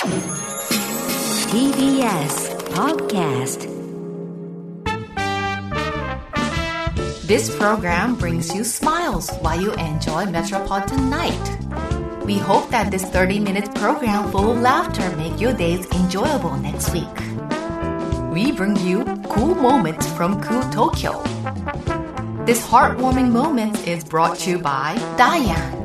TBS Podcast. This program brings you smiles while you enjoy Metropolitan Night. We hope that this 30-minute program full of laughter make your days enjoyable next week. We bring you cool moments from cool Tokyo. This heartwarming moment is brought to you by Diane.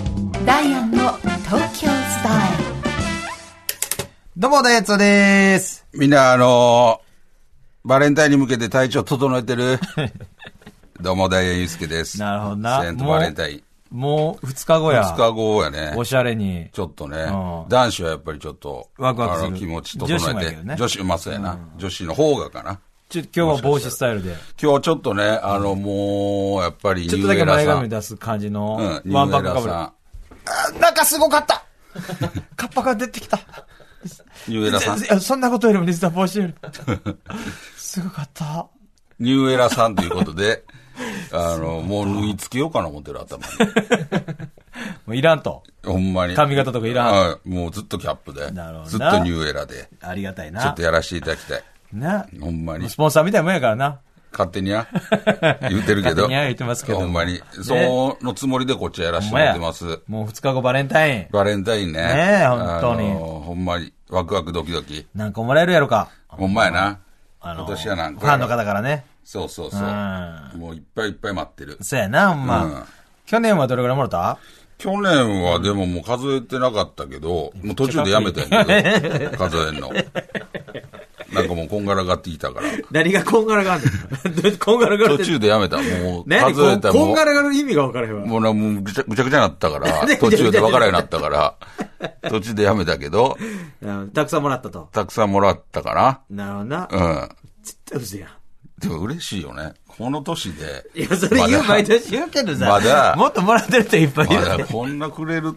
Diane の Tokyo Style。 どうも、ダイエッツです。 みんな、バレンタインに向けて体調整えてるどうも、ダイエンユースケです。 なるほどな。 セントバレンタイン。 もう2日後や。 2日後やね。 おしゃれに。 ちょっとね、男子はやっぱりちょっと、 ワクワクする気持ち整えて。 ね、 女子うまそうやな。女子の方がかな。 今日は帽子スタイルで。 今日ちょっとね、もう、やっぱりちょっとだけ前髪出す感じの、ワンパックかぶる。なんかすごかったカッパが出てきた。 ニューエラさん。 そんなことよりも実は帽子より。すごかった。 ニューエラさんということで、もう縫い付けようかな思ってる頭に。 もういらんと。 ほんまに。 髪型とかいらん。 もうずっとキャップで。 なるほど。 ずっとニューエラで。 ありがたいな。 ちょっとやらせていただきたい。 な。 ほんまに。 スポンサーみたいなもんやからな。 勝手にや。言ってるけど。 勝手にや言ってますけど。 ほんまに。そのつもりでこっちやらせてもらってます。 もう2日後バレンタイン。 バレンタインね。 ねえ、本当に。 ほんまに。ワクワクドキドキ。 なんかもらえるやろか。 ほんまやな。今年はなんか。 ファンの方からね。 そうそうそう。もういっぱいいっぱい待ってる。 そうやな、ほんま。去年はどれぐらいもらった？ 去年はでももう数えてなかったけど、もう途中でやめたんやけど、数えんの。なんかもうこんがらがってきたから。 何がこんがらがんの？こんがらがって途中でやめた。もう数えたらもう。 こんがらがる意味が分からへんわ。 もうぐちゃぐちゃになったから、途中で分からへんなったから、途中でやめたけど。 たくさんもらったと。 たくさんもらったかな。 なるほどな。 うん。 ちっちゃい嘘やん。 でも嬉しいよね。この年で。 いや、それ言う毎年言うけどさ。 まだ。 もっともらってる人いっぱいいる。 まだこんなくれるって。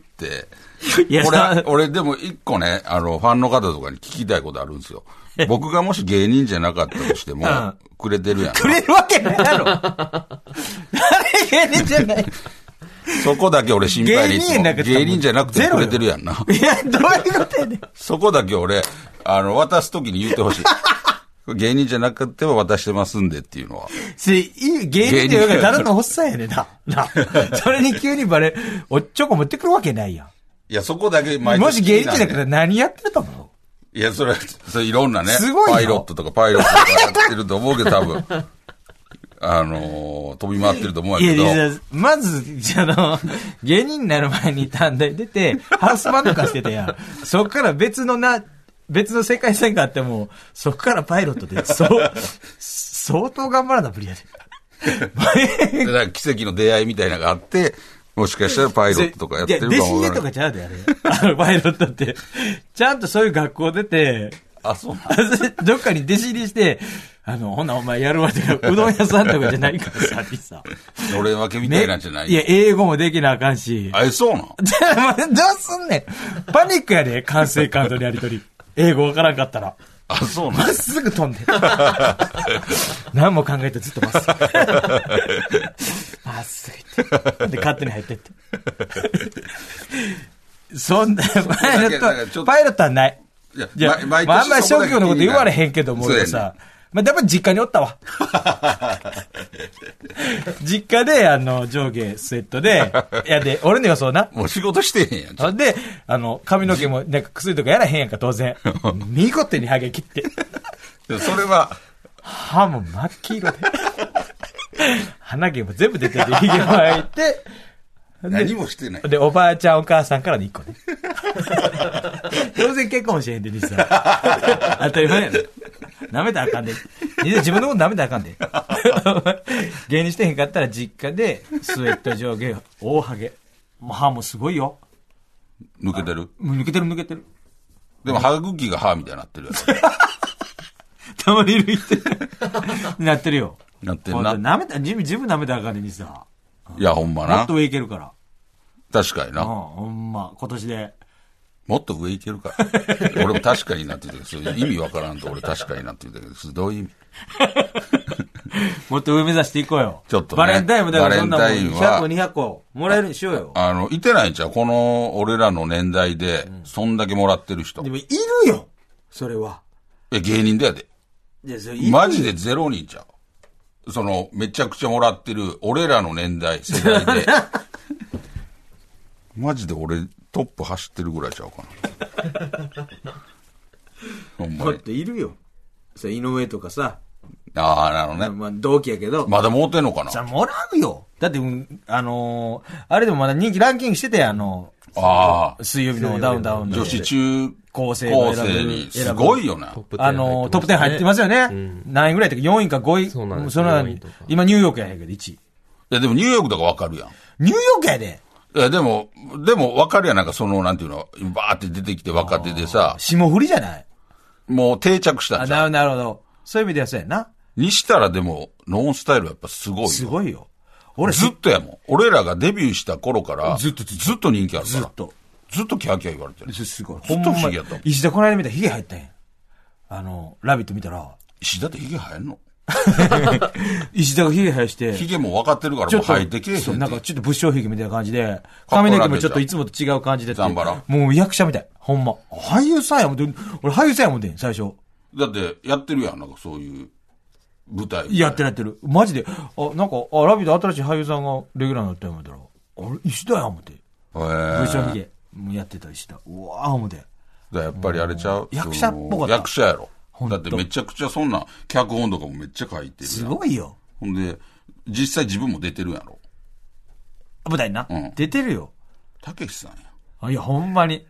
いや、 俺でも一個ね、ファンの方とかに聞きたいことあるんですよ。僕がもし芸人じゃなかったとしても、くれてるやん。 くれるわけないやろ。誰芸人じゃない。 そこだけ俺心配に芸人じゃなくてくれてるやんな。 いや、どういうことやねん。 そこだけ俺、渡すときに言ってほしい。芸人じゃなくても渡してますんでっていうのは。 芸人って言うからただのおっさんやねんな。それに急におっちょこ持ってくるわけないやん。 いや、そこだけ毎年。 もし芸人だから何やってると思う？ いや、それいろんなね。 すごいパイロットとかやってると思うけど、多分。飛び回ってると思うんやけど。 いや、まず、芸人になる前に短大出て、ハウスバンド化してたやん。そっから別の世界線があっても、そっからパイロットで、相当頑張らなぶりやで。 だから奇跡の出会いみたいなのがあって、もしかしたらパイロットとかやってるかもわからない。 弟子入れとかちゃうで、あれ。パイロットって。ちゃんとそういう学校出て、 そうどっかに弟子入りして、ほなお前やるわってか、うどん屋さんとかじゃないからさ。 のれん分けみたいなんじゃない？ いや、英語もできなあかんし。 そうなの？ じゃあ、どうすんねん。パニックやで、管制官とのやりとり。英語わからんかったら。 そうなの？ まっすぐ飛んで。何も考えてずっとまっすぐ。まっすぐ行って。で、勝手に入ってって。そんな、パイロットはない。いや、あんまり職業のこと言われへんけども、俺さ。まあ、やっぱり実家におったわ。実家で、上下スウェットで、いやで、俺の予想な。 もう仕事してへんやん。 ほんで、髪の毛も、なんか薬とかやらへんやんか、当然。見事にハゲ切って。 それは、 歯も真っ黄色で。鼻毛も全部出てて、ヒゲも入って、 何もしてない。 で、おばあちゃんお母さんからの1個ね。当然結婚しへんで、西さん。当たり前やろ。舐めたらあかんで。自分のこと舐めたらあかんで。芸人してへんかったら実家で、スウェット上下、大ハゲ。もう歯もすごいよ。 抜けてる？ 抜けてる。 でも歯茎が歯みたいになってるやつ。 たまにいるって。なってるよ。 なってんな。 自分舐めたらあかんで、西さん。 いや、ほんまな。 もっと上いけるから。 確かにな。 ほんま、今年で。 もっと上いけるから。俺も確かになってたけど、意味わからんと俺確かになってたけど、どういう意味？ もっと上目指していこうよ。 ちょっとねバレンタインもだからそんなもんバレンタインは 100個200個もらえるにしようよ。 いてないんちゃうこの俺らの年代で、そんだけもらってる人。 でもいるよ。それは。 芸人だよで。 いやそれいるよマジで0人ちゃう。めちゃくちゃもらってる、俺らの年代、世代で。マジで俺、トップ走ってるぐらいちゃうかな。ほんまに。 もっといるよ。井上とかさ。 ああ、なるほどね。 まあ同期やけど。 まだ持ってんのかな。 じゃあもらうよ。だって、あれでもまだ人気ランキングしてて、水曜日のダウンタウンの女子中高生に、すごいよな。 トップ10入ってますよね。何位ぐらいって4位か5位。 そうなんです。 今ニューヨークやけど1位。 いや、でもニューヨークとかわかるやん。 ニューヨークやで。 いや、でもわかるやん。なんかなんていうの、バーって出てきて若手でさ。 霜降りじゃないもう定着したんじゃん。 なるほど。そういう意味ではそうやな。 にしたらでも、ノンスタイルはやっぱすごいよ。 すごいよ。 俺ずっとやもん。俺らがデビューした頃から、ずっと人気あるから。ずっとキャーキャー言われてる。 すごい。 ずっと不思議やったもん。 石田この間見たらヒゲ入ったんや。ラビット見たら。 石田ってヒゲ生えんの石田がヒゲ生やして。 ヒゲも分かってるからもう生えてけえへん。 そう、なんかちょっと武将ヒゲみたいな感じで、髪の毛もちょっといつもと違う感じで。 ザンバラ。 もう役者みたい。ほんま。俳優さんやもんで、俺俳優さんやもんで、最初。 だってやってるやん、なんかそういう舞台。 やってる。マジで、ラビット新しい俳優さんがレギュラーになったよ、思ったら。あれ、石田や思って。武将ヒゲ。もうやってた石田。うわぁ、思って。 やっぱりあれちゃう役者っぽかった。 役者やろ。だってめちゃくちゃそんな、脚本とかもめっちゃ書いてる。 すごいよ。 ほんで、実際自分も出てるやろ。 舞台にな。出てるよ。 たけしさんや。 いや、ほんまに。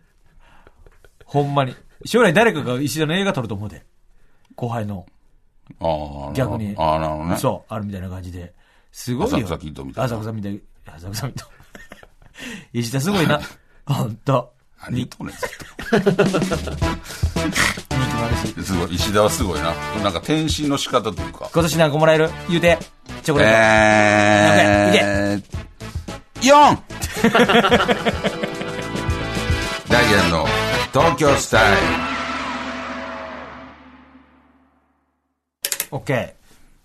将来誰かが石田の映画撮ると思うで。後輩の。逆に。 なるほどね。 そう、あるみたいな感じで。すごいよ。 浅草キッドみたいな。 浅草みたい。石田すごいな。ほんと。 何言っとんねん、ずっと。すごい、石田はすごいな。なんか転身の仕方というか。 今年何個もらえる言うて。チョコレート。 4! ダイアンの東京スタイル。 オッケ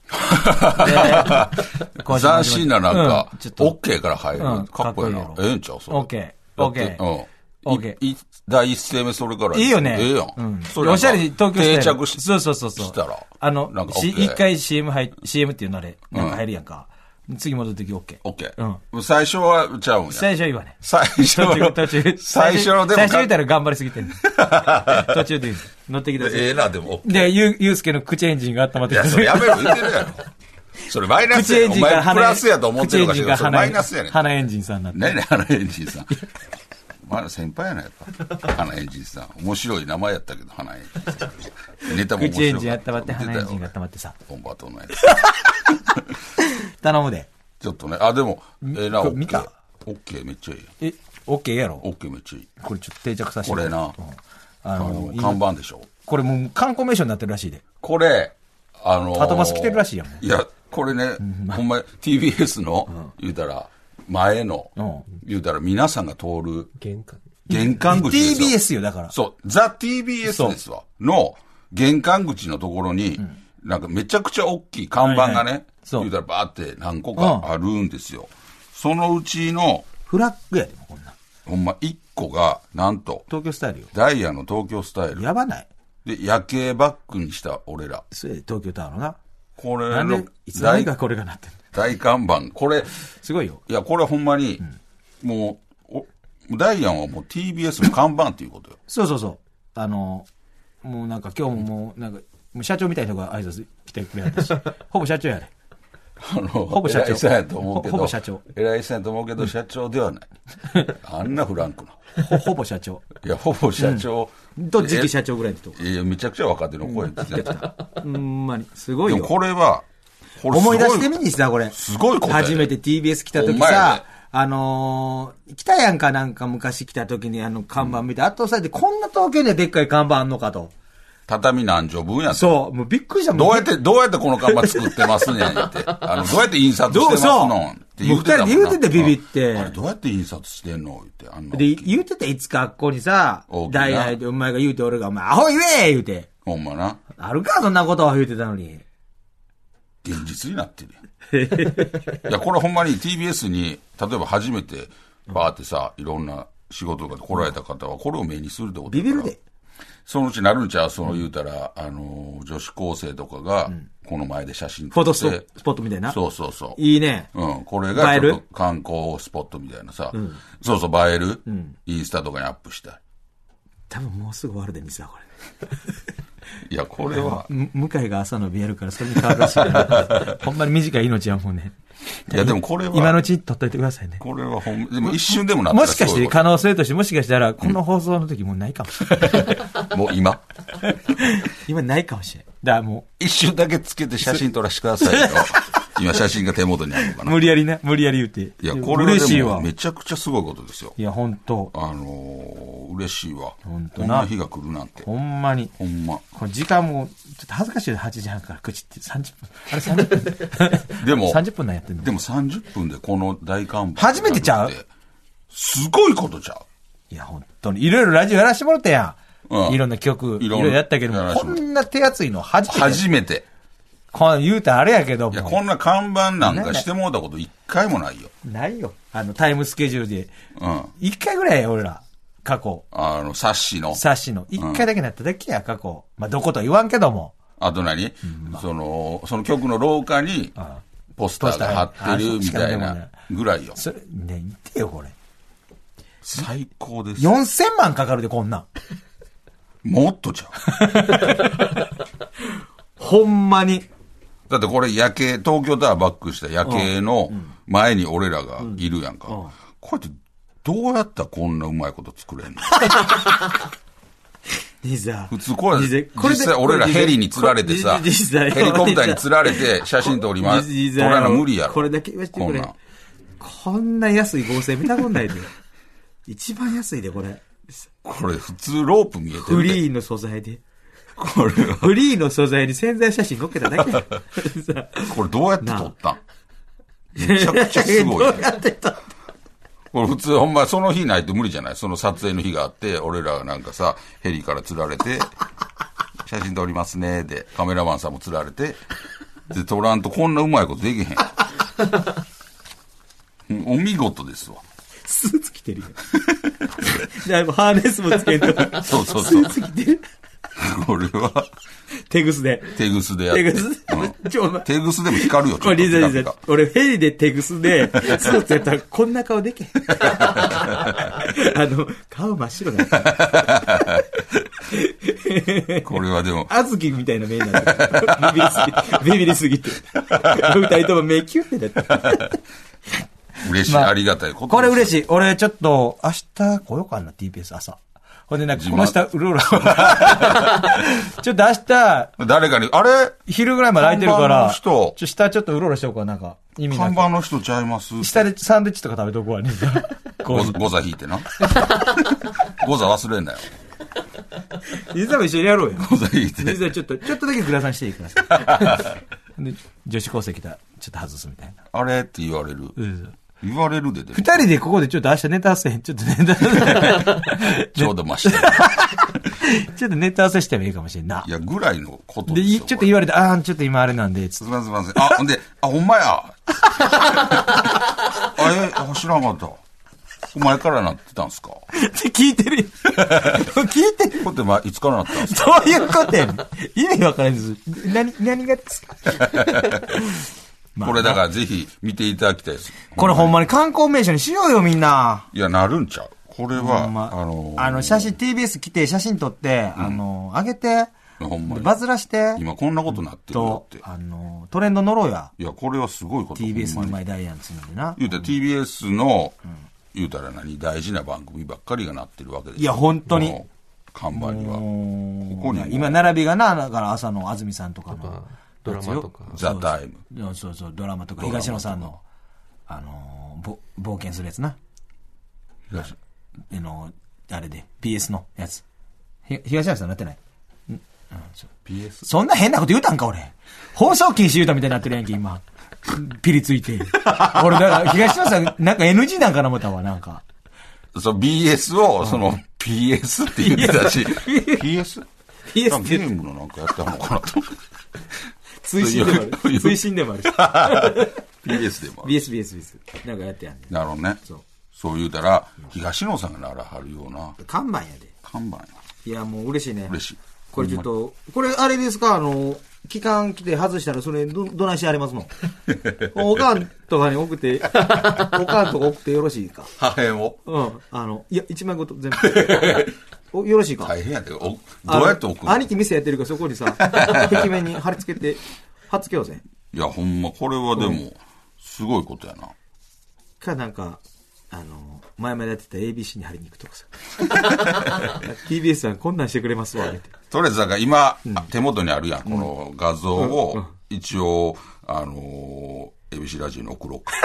ー。斬新ななんか、オッケーから入る。かっこいいな。ええんちゃうそれ。 オッケー。 第一声目それから。 いいよね。 ええやん。 おしゃれ東京定着しそう。 したら。 一回 CM っていうのあれ、なんか入るやんか。次戻るとき OK。 OK。最初はちゃうんや。 最初言わね。 最初のでも。 最初言ったら頑張りすぎてん途中で乗ってきた。 ええな、でも。 で、ゆうすけの口エンジンが温まってきた。 いや、それやめろ言ってるやろ。それマイナスや。お前プラスやと思ってるかしら。それマイナスやねん。 花エンジンさんになって。 何花エンジンさん。まだ先輩やな、やっぱ。花エンジンさん。面白い名前やったけど、花エンジンさん。ネタも面白い。 口エンジン温まって、花エンジンが温まってさ。 ボンバートのやつ。頼むで。 ちょっとね。でも、な、 見た？ オッケーめっちゃいい。 オッケーやろ？ オッケーめっちゃいい。 これちょっと定着させて。 これな。看板でしょ。 これもう観光名所になってるらしいで。 これ、 ハトマス来てるらしいやん。 いや、これね、ほんま TBS の、言うたら、前の、言うたら皆さんが通る、玄関口ですよ。 TBS よ、だから。 そう、ザ・ TBS ですわ。の、玄関口のところに、なんかめちゃくちゃ大きい看板がね、言うたらバーって何個かあるんですよ。そのうちの、 フラッグやで、こんな。 ほんま1個が、なんと、 東京スタイルよ。 ダイヤの東京スタイル。 やばない。 で、夜景バックにした俺ら。 それ東京タワーのな。 これなんで、いつの間にかこれがなってんの？ 大看板。これ、 すごいよ。 いや、これほんまに、もう、ダイアンはもう TBS の看板っていうことよ。 そう。もうなんか今日ももう、なんか、もう社長みたいな人が挨拶来てくれはったし、ほぼ社長やで。ほぼ社長。 偉いさんやと思うけど。 ほぼ社長。 偉いさんやと思うけど、社長ではない。あんなフランクな。ほぼ社長。 いや、ほぼ社長。 と次期社長ぐらいでと。 いや、めちゃくちゃ若手の声聞いてた。 ほんまに。すごいよ。 でもこれは、 思い出してみにしたこれ。 すごいことやで。 初めて TBS 来た時さ、来たやんかなんか昔来た時に看板見て、圧倒されてこんな東京にはでっかい看板あんのかと。 畳何畳分やそう、もうびっくりしたもん。 どうやってこの看板作ってますねんって。どうやって印刷してますのって言うてたもんな。 二人で言うててビビって。 あれどうやって印刷してんのって。 で、言うてたいつかあっこにさ、ダイヤでお前が言うて俺がお前アホ言え言うて。 ほんまな。 あるかそんなことは言うてたのに。 現実になってる。いや、これほんまに TBS に、例えば初めて、バーってさ、いろんな仕事とかで来られた方は、これを目にするってことだから。 ビビるで。 そのうちなるんちゃう、言うたら、女子高生とかが、この前で写真撮って。 フォトスポットみたいな。 そうそうそう。 いいね。 うん。これがちょっと観光スポットみたいなさ。そうそう、映える、インスタとかにアップしたい。 多分もうすぐ終わるで、水はこれ。 いや、これは。 向井が朝のビやるから、それに変わるらしいから。ほんまに短い命はもうね。 いや、でもこれは。 今のうちに撮っといてくださいね。 これはでも一瞬でもなったらもしかして、可能性として、もしかしたら、この放送の時もうないかもしれない。 もう今今ないかもしれない。だからもう。一瞬だけつけて写真撮らせてくださいよ。今写真が手元にあるのかな。 無理やり言うて。 いや、これはでもめちゃくちゃすごいことですよ。 いや、ほんと。 嬉しいわ。 ほんとこんな日が来るなんて。 ほんまに。 ほんま。 これ時間も、ちょっと恥ずかしいで8時半から口って30分。あれ30分でも、 30分なんやってんの。 でも30分でこの大看板。 初めてちゃう？ すごいことちゃう。いや、ほんとに。いろいろラジオやらしてもらったやん。 うん。 いろんな曲、いろいろやったけども、こんな手厚いの初めて。 初めて。 言うたらあれやけども。 いや、こんな看板なんかしてもらったこと一回もないよ。 ないよ。タイムスケジュールで。 うん。 一回ぐらいや、俺ら。過去。 冊子の。 一回だけなっただけや、過去。まあ、どこと言わんけども。 あと何、その曲の廊下に、ポスターが貼ってるみたいなぐらいよ。 それ、ね、言ってよ、これ。 最高です。 4000万かかるで、こんなん。 もっとちゃう。 ほんまに。 だってこれ夜景、東京タワーバックした夜景の前に俺らがいるやんか。こうやってどうやったらこんなうまいこと作れんの普通これ、実際俺らヘリに釣られてさ、ヘリコプターに釣られて写真撮ります。撮らな無理やろ。 これだけ言わせてくれ。こんな安い合成見たことないで。一番安いで、これ。 これ普通ロープ見えてる。 フリーの素材で。これフリーの素材に宣材写真載っけただけこれどうやって撮ったん？めちゃくちゃすごい、ね。 どうやって撮ったこれ普通ほんまその日ないと無理じゃない？その撮影の日があって、俺らがなんかさ、ヘリから釣られて、写真撮りますね、で、カメラマンさんも釣られて、で、撮らんとこんなうまいことできへん。お見事ですわ。 スーツ着てるよ。で、ハーネスもつけんと。 そうそうそう。 スーツ着てる。 これは。 手ぐすで。 手ぐすでやって。 手ぐす、 手ぐすでも光るよ、 これリザリザ。俺ヘリで手ぐすで、スーツやったらこんな顔でけん。顔真っ白だよ。 これはでも。 あずきみたいな目になってビビりすぎて。二人とも目キュッてなって。 嬉しい、ありがたいこと。 これ嬉しい。俺ちょっと、明日来ようかな、TBS 朝。ほんでなんか、この下、うろうろ。ちょっと明日、 誰かに、あれ昼ぐらいまで空いてるから、 下ちょっとうろうろしようか、なんか。 意味ない。看板の人ちゃいます？ 下でサンドイッチとか食べとこうわね。 ゴザ引いてな。ゴザ忘れんなよ。 実は一緒にやろうよ。 ゴザ引いて。 実はちょっとだけグラサンしていいください。で、女子高生来たら、ちょっと外すみたいな。 あれって言われる。言われるで。 二人でここでちょっと明日ネタ合わせちょっとネタ合わせ。 ちょうどまして。 ちょっとネタ合わせしてもいいかもしれんな。 いや、ぐらいのことでちょっと言われて、ちょっと今あれなんで、 すいません。ほんで、ほんまや。知らんかった。前からなってたんすかって聞いてるよ。聞いてる。 これいつからなったんすかどういうことやねん。意味わからんです。何がですかこれだからぜひ見ていただきたいです。 これほんまに観光名所にしようよみんな。 いや、なるんちゃう。これは、 写真 TBS 来て写真撮って、上げて、 ほんまにバズらして。 今こんなことなってるよって。 トレンド乗ろうや。 いや、これはすごいこと。 TBS の前ダイアンツなんでな。 言うたら TBS の、言うたら大事な番組ばっかりがなってるわけですよ。 いや、本当に。 看板には。ここに今並びがな、だから朝の安住さんとかの。 ドラマとか。 ザ・タイム。そう、ドラマとか。東野さんの、冒険するやつな。あれで、PS のやつ。東野さんなってない PS？ そんな変なこと言うたんか、俺。放送禁止言うたみたいになってるやんけ、今。ピリついて。俺、だから東野さん、なんか NG なんかな思ったわ、なんか。 BS を、PS って言ってたし、PS？ PS ゲームのなんかやったのかなと。 推進でもある。推進でもあるし。 BS でもある。 BS。なんかやってやんねん。 なるほどね。そう言うたら、東野さんがならはるような。 看板やで。 看板や。 いや、もう嬉しいね。 嬉しい。 これちょっと、これあれですか、期間来て外したらそれどないしてありますのおかんとかに送って、おかんとか送ってよろしいか。 破片をいや、1枚ごと全部。よろしいか。 大変やで。どうやって送るの？ 兄貴店やってるからそこにさ、壁面に貼り付けて、貼っ付けようぜ。 いや、ほんま、これはでも、すごいことやな。 か、なんか、前までやってた ABC に貼りに行くとかさ。TBS さんこんなんしてくれますわ、って。 とりあえず、だから今、手元にあるやん、この画像を、一応、ABC ラジオに送ろうか。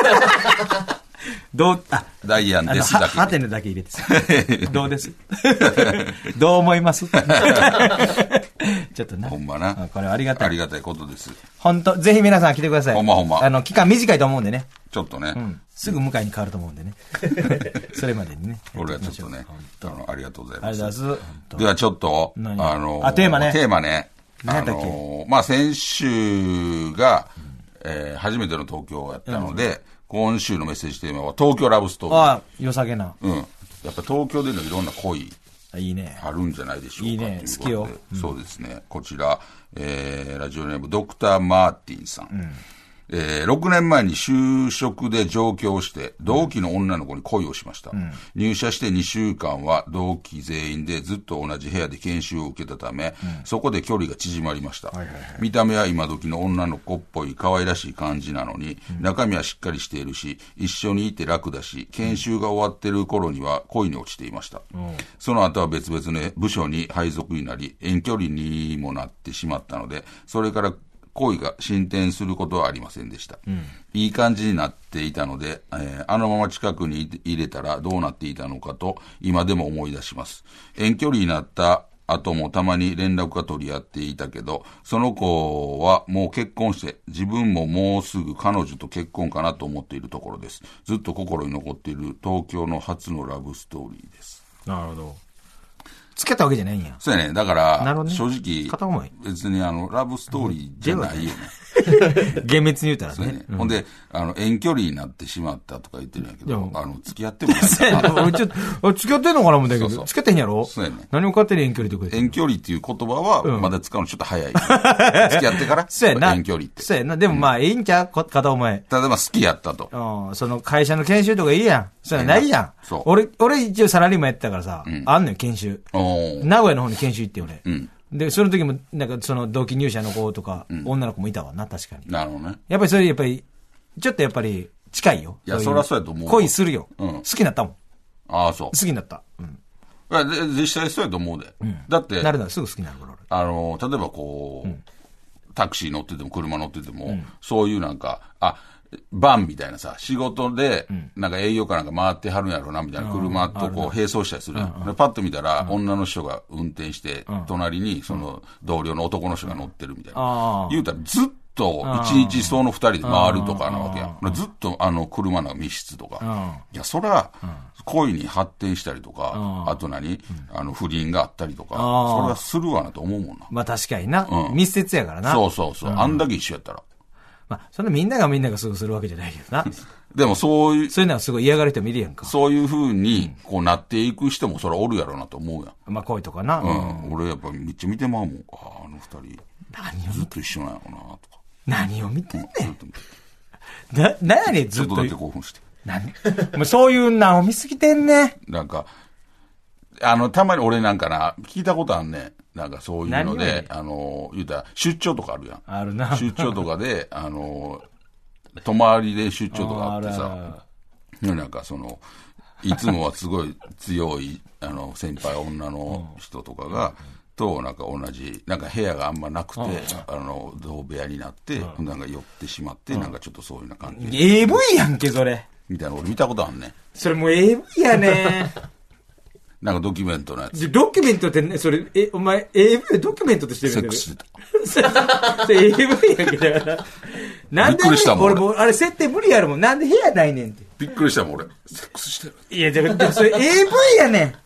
ダイアンですだけ。 ハテナだけ入れてさ。どうですどう思いますちょっとな。 ほんまな。 これはありがたい。 ありがたいことです。 本当ぜひ皆さん来てください。 ほんまほんま。 期間短いと思うんでね。 ちょっとね。 すぐ迎えに変わると思うんでね。それまでにね。 これはちょっとね。ありがとうございます。 ありがとうございます。 ではちょっと、 テーマね。 テーマね。 何だっけ？ まあ、先週が、初めての東京やったので、今週のメッセージテーマは東京ラブストーリー。 ああ、良さげな。 うん。やっぱ東京でのいろんな恋。 いいね。 あるんじゃないでしょうか。 いいね。好きよ。 そうですね。こちら、ラジオネームドクター・マーティンさん。6年前に就職で上京して、同期の女の子に恋をしました。入社して2週間は同期全員でずっと同じ部屋で研修を受けたため、そこで距離が縮まりました。見た目は今時の女の子っぽい可愛らしい感じなのに、中身はしっかりしているし、一緒にいて楽だし、研修が終わってる頃には恋に落ちていました。その後は別々の部署に配属になり、遠距離にもなってしまったので、それから恋が進展することはありませんでした。いい感じになっていたので、あのまま近くに入れたらどうなっていたのかと今でも思い出します。遠距離になった後もたまに連絡が取り合っていたけど、その子はもう結婚して、自分ももうすぐ彼女と結婚かなと思っているところです。ずっと心に残っている東京の初のラブストーリーです。 なるほど。付き合ったわけじゃないんや。 そうやね。だから、正直、別にラブストーリーじゃないよね。 厳密に言うたらね。 ほんで、遠距離になってしまったとか言ってるんやけど、付き合ってもないから。 俺ちょっと、付き合ってんのかな思うんだけど、付き合ってんやろ？ そうやね。 何を勝手に遠距離ってこと？ 遠距離っていう言葉は、まだ使うのちょっと早い。付き合ってからそうやな。 遠距離って。 そうやな。でもまあ、いいんちゃう片思い。 ただまあ好きやったと。 その会社の研修とかいいやん。そうやないやん。そう。俺一応サラリーマンやってたからさ、あんのよ、研修。名古屋の方に研修行って俺。で、その時も、なんかその同期入社の子とか、女の子もいたわな、確かに。 なるほどね。 やっぱりそれ、ちょっとやっぱり近いよ。 いや、そりゃそうやと思う。 恋するよ。好きになったもん。 ああ、そう。 好きになった。 実際そうやと思うで。だって、 すぐ好きになるから。 例えばこう、タクシー乗ってても車乗ってても、そういうなんか、バンみたいなさ、仕事で、なんか営業かなんか回ってはるんやろうな、みたいな車とこう並走したりする。パッと見たら、女の人が運転して、隣にその同僚の男の人が乗ってるみたいな。言うたらずっと一日その二人で回るとかなわけやん。ずっと車の密室とか。いや、そら、恋に発展したりとか、あと不倫があったりとか、それはするわなと思うもんな。 まあ確かにな。密接やからな。 そうそうそう。あんだけ一緒やったら。 まあ、そんなみんながすぐするわけじゃないけどな。 でもそういうのはすごい嫌がる人もいるやんか。 そういう風に、こうなっていく人もそれはおるやろうなと思うやん。 まあ恋とかな。 俺やっぱめっちゃ見てまうもん。あの二人。ずっと一緒なんやろうなとか。 何を見てんねん。何やねん、ずっと。 ちょっとだけ興奮して。 もうそういうのを見すぎてんね。 なんか、たまに俺なんかな、聞いたことあんねん。なんかそういうので、言うたら、出張とかあるやん。 あるな。 出張とかで、泊まりで出張とかあってさ、なんかいつもはすごい強い、先輩女の人とかが、なんか同じ、なんか部屋があんまなくて、同部屋になって、なんか寄ってしまって、なんかちょっとそういうな感じ。 AV やんけ、それ。 みたいな、俺見たことあんねん。 それもう AV やねなんかドキュメントのやつ。 ドキュメントってね、それ、お前、AV でドキュメントとしてるんだよ。 セックスしてた。 それ AV やんけだから。なんで、 びっくりしたもん。 俺もう、あれ設定無理やろもん。なんで部屋ないねんって。 びっくりしたもん、俺。セックスしてる。 いや、でもそれ AV やねん。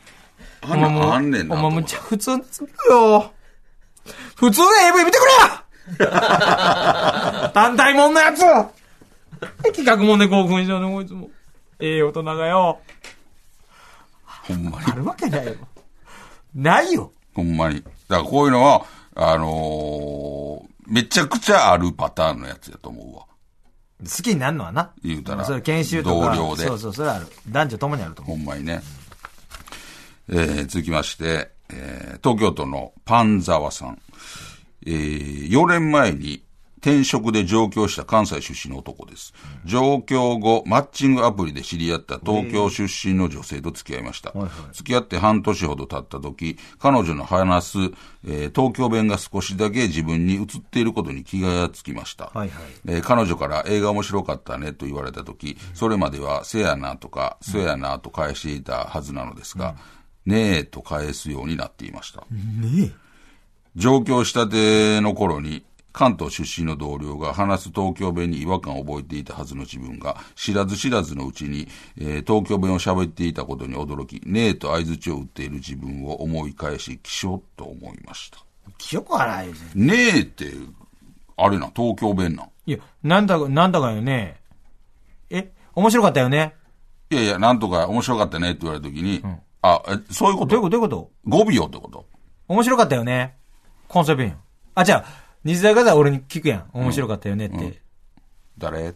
あんねんな。 お前むっちゃ普通のよ。普通の AV 見てくれよ単体もんのやつ企画もんで興奮しちゃうね、こいつも。大人がよ。 ほんまに。 あるわけないよ。ないよ。 ほんまに。だからこういうのは、めちゃくちゃあるパターンのやつやと思うわ。 好きになるのはな。 言うたら。 それ研修とか。 同僚で。 そうそう、それはある。男女ともにあると思う。 ほんまにね。続きまして、東京都のパンザワさん。4年前に転職で上京した関西出身の男です。上京後、マッチングアプリで知り合った東京出身の女性と付き合いました。付き合って半年ほど経った時、彼女の話す、東京弁が少しだけ自分に移っていることに気がつきました。彼女から映画面白かったねと言われた時、それまではせやなとか、そやなと返していたはずなのですが、ねえと返すようになっていました。 ねえ。 上京したての頃に関東出身の同僚が話す東京弁に違和感を覚えていたはずの自分が知らず知らずのうちに、東京弁を喋っていたことに驚き、ねえと相槌を打っている自分を思い返し、気象と思いました。 気色はないよね。 ねえって、あれな、東京弁なん。 いや、なんだかよね。面白かったよね。 いやいや、なんとか面白かったねって言われたときに、そういうこと？ どういうこと語尾よってこと？ 面白かったよね。関西弁やん。じゃあ、西澤が俺に聞くやん。面白かったよねって。 誰って。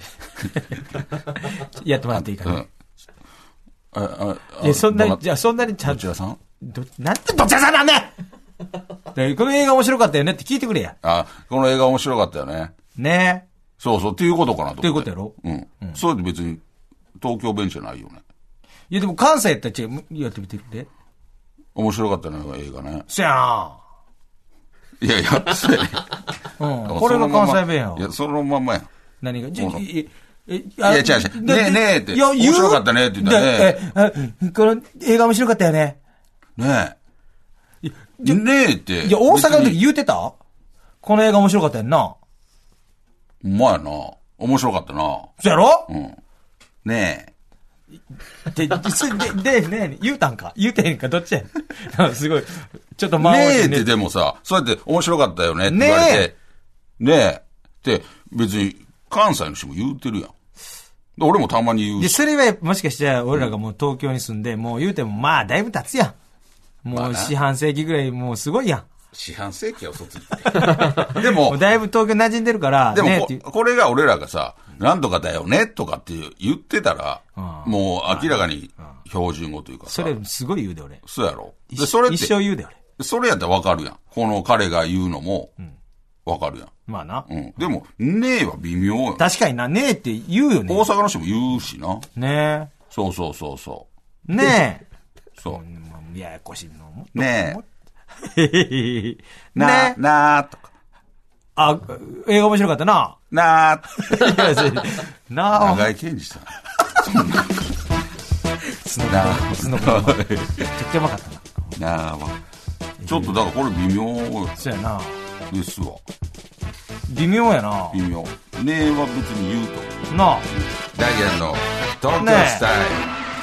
やってもらっていいかな。いや、そんなに、じゃあそんなにちゃんと。 どちらさん？ なんてどちらさんなんだよこの映画面白かったよねって聞いてくれや。 この映画面白かったよね。 ねえ。 そうそう、っていうことかなと。 っていうことやろ？ うん。そうやって別に東京弁じゃないよね。 いやでも関西やったらやってみてくれ。 面白かったね、映画ね。 そやないやいや、そうやね。 これが関西弁や。 いや、そのまんまや。 何がいや、違う違う。ねえねえって。面白かったねって言ったらね。 この映画面白かったよね。 ねえ。ねえって。 いや、大阪の時言うてた？この映画面白かったやんな。 ほんまやな。面白かったな。 そうやろ？ ねえ。 で、ねえ、言うたんか言うてへんかどっちやんすごい。ちょっとねえってでもさ、そうやって面白かったよねって言われて、ねえって別に関西の人も言うてるやん。俺もたまに言うし。 で、それはもしかしたら俺らがもう東京に住んで、もう言うてもまあだいぶ経つやん。もう四半世紀ぐらいもうすごいやん。 四半世紀は嘘ついて。でも、 だいぶ東京馴染んでるから、 でもこれが俺らがさ、なんとかだよねとかって言ってたら、もう明らかに標準語というかさ。 それすごい言うで俺。 そうやろ。で、それって。 一生言うで俺。 それやったらわかるやん。この彼が言うのも、わかるやん。 まあな。 でも、ねえは微妙やん。 確かにな、ねえって言うよね。 大阪の人も言うしな。 ねえ。 そうそうそうそう。 ねえ。 そう。 ややこしいのも。 ねえ。 なーとか。 映画面白かったな。 なー。 なあ。 長井健二さん。 角っこ。めっちゃうまかったな。 なあ。ちょっとだからこれ微妙。 そうやな。 ですわ。 微妙やな。 微妙。ねえは別に言うと思う。 なあ。 ダイアンの東京スタイル。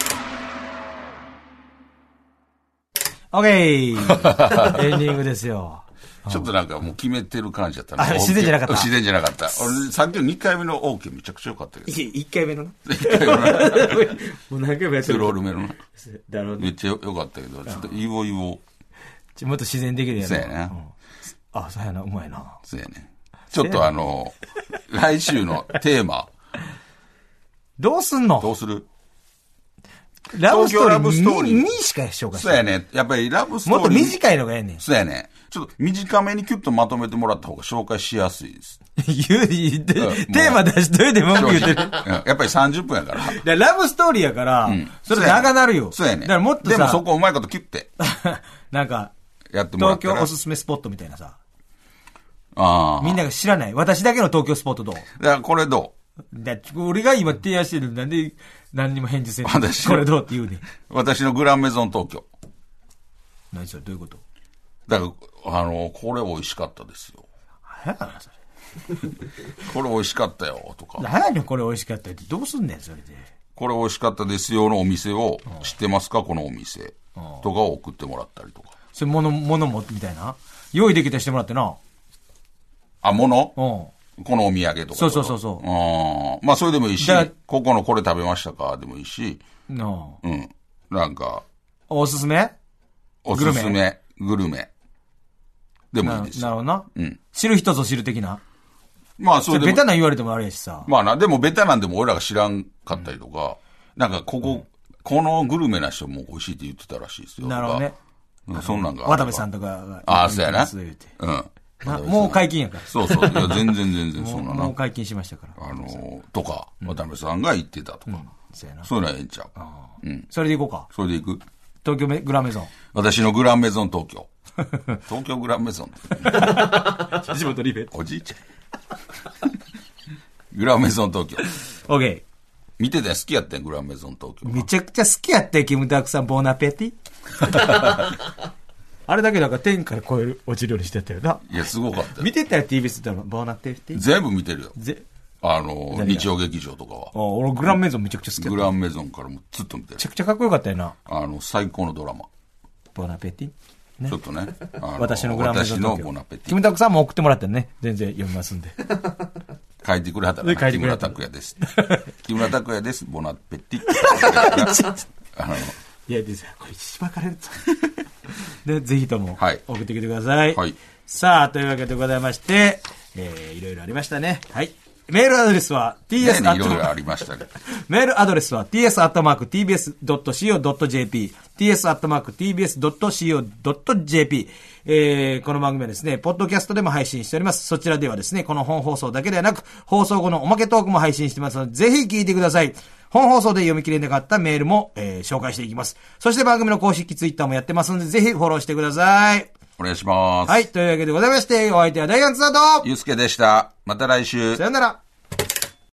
オッケー。エンディングですよ。 ちょっとなんかもう決めてる感じだったね。 自然じゃなかった。 自然じゃなかった。俺、さっきの2回目の OK めちゃくちゃ良かったけど。 1回目のな。 1回目のな。 もう何回もやってる。 スロール目のな。 だろうね。 めっちゃ良かったけど、ちょっと言おう。 もっと自然できるやつ。 そうやな。 そうやな、うまいな。 そうやね。ちょっと来週のテーマ。 どうすんの？ どうする？ ラブストーリー2しか紹介してない。 そうやね。やっぱりラブストーリー。 もっと短いのがええねん。 そうやね。ちょっと短めにキュッとまとめてもらった方が紹介しやすいです。 テーマ出しといて文句言ってる。 やっぱり30分やから。 ラブストーリーやから、それ長なるよ。 そうやね。 だからもっとさ。 でもそこうまいこと切って。 なんか、 やってもらったら。 東京おすすめスポットみたいなさ。 みんなが知らない。私だけの東京スポットどう？ だからこれどう？俺が今提案してるなんで何にも返事せんの？これどうって言うねん。 私のグランメゾン東京。 何それどういうこと？ だからこれ美味しかったですよ。 何やそれ。 これ美味しかったよとか。 何やねんこれ美味しかったってどうすんねんそれで。 これ美味しかったですよのお店を知ってますかこのお店とかを送ってもらったりとか。 それ物もみたいな用意できたしてもらってな。 ものうん。 このお土産とか。 そうそうそうそう。 まあ、それでもいいしじゃあ、 ここのこれ食べましたかでもいいし、 のなんか、 おすすめおすすめ、グルメ。でもいいですよ。 なるほどな。 うん。 知る人ぞ知る的な。 まあ、それでも。 ベタな言われてもあれやしさ。 まあな、でもベタなんでも俺らが知らんかったりとか、なんかこのグルメな人も美味しいって言ってたらしいですよ。 なるほどね。 そんなんが。 渡部さんとかが。 ああ、そうやな。 もう解禁やから。 そうそう。いや、全然そんなな。 もう解禁しましたから。 とか、渡部さんが言ってたとか。そういうのはええんちゃう。 それで行こうか。 それで行く東京グランメゾン。 私のグランメゾン東京。東京グランメゾン。 地元リベ。 おじいちゃん。グランメゾン東京。 オッケー。 見てたよ、好きやったん、グランメゾン東京。 めちゃくちゃ好きやったよ、キムタクさん、ボナペティ。あれだけなんか天から超える落ちるようにしてたよな。 いや、すごかったよ。 見てたよ、TBS ってボナペティ。 全部見てるよ。日曜劇場とかは。 俺グランメゾンめちゃくちゃ好きやった。 グランメゾンからもずっと見てる。 めちゃくちゃかっこよかったよな。 最高のドラマ。 ボナペティ。 ちょっとね。 私のグランメゾン東京。 私のボナペティ。 キムタクさんも送ってもらってね、全然読みますんで。 書いてくれはったらな。木村拓哉です。木村拓哉です、ボナペティ。 いや、これ一番かれるぞ。で、ぜひとも送ってきてください。 はい。 さあ、というわけでございまして、いろいろありましたね。はい。メールアドレスは ts いろいろありましたね。 メールアドレスは ts@tbs.co.jp ts@tbs.co.jp この番組はですね、ポッドキャストでも配信しております。そちらではですね、この本放送だけではなく、放送後のおまけトークも配信してますので、ぜひ聞いてください。本放送で読み切れなかったメールも、紹介していきます。そして番組の公式ツイッターもやってますので、ぜひフォローしてください。 お願いします。 はい、というわけでございまして、お相手はダイアンツだと、 ゆうすけでした。また来週。 さよなら。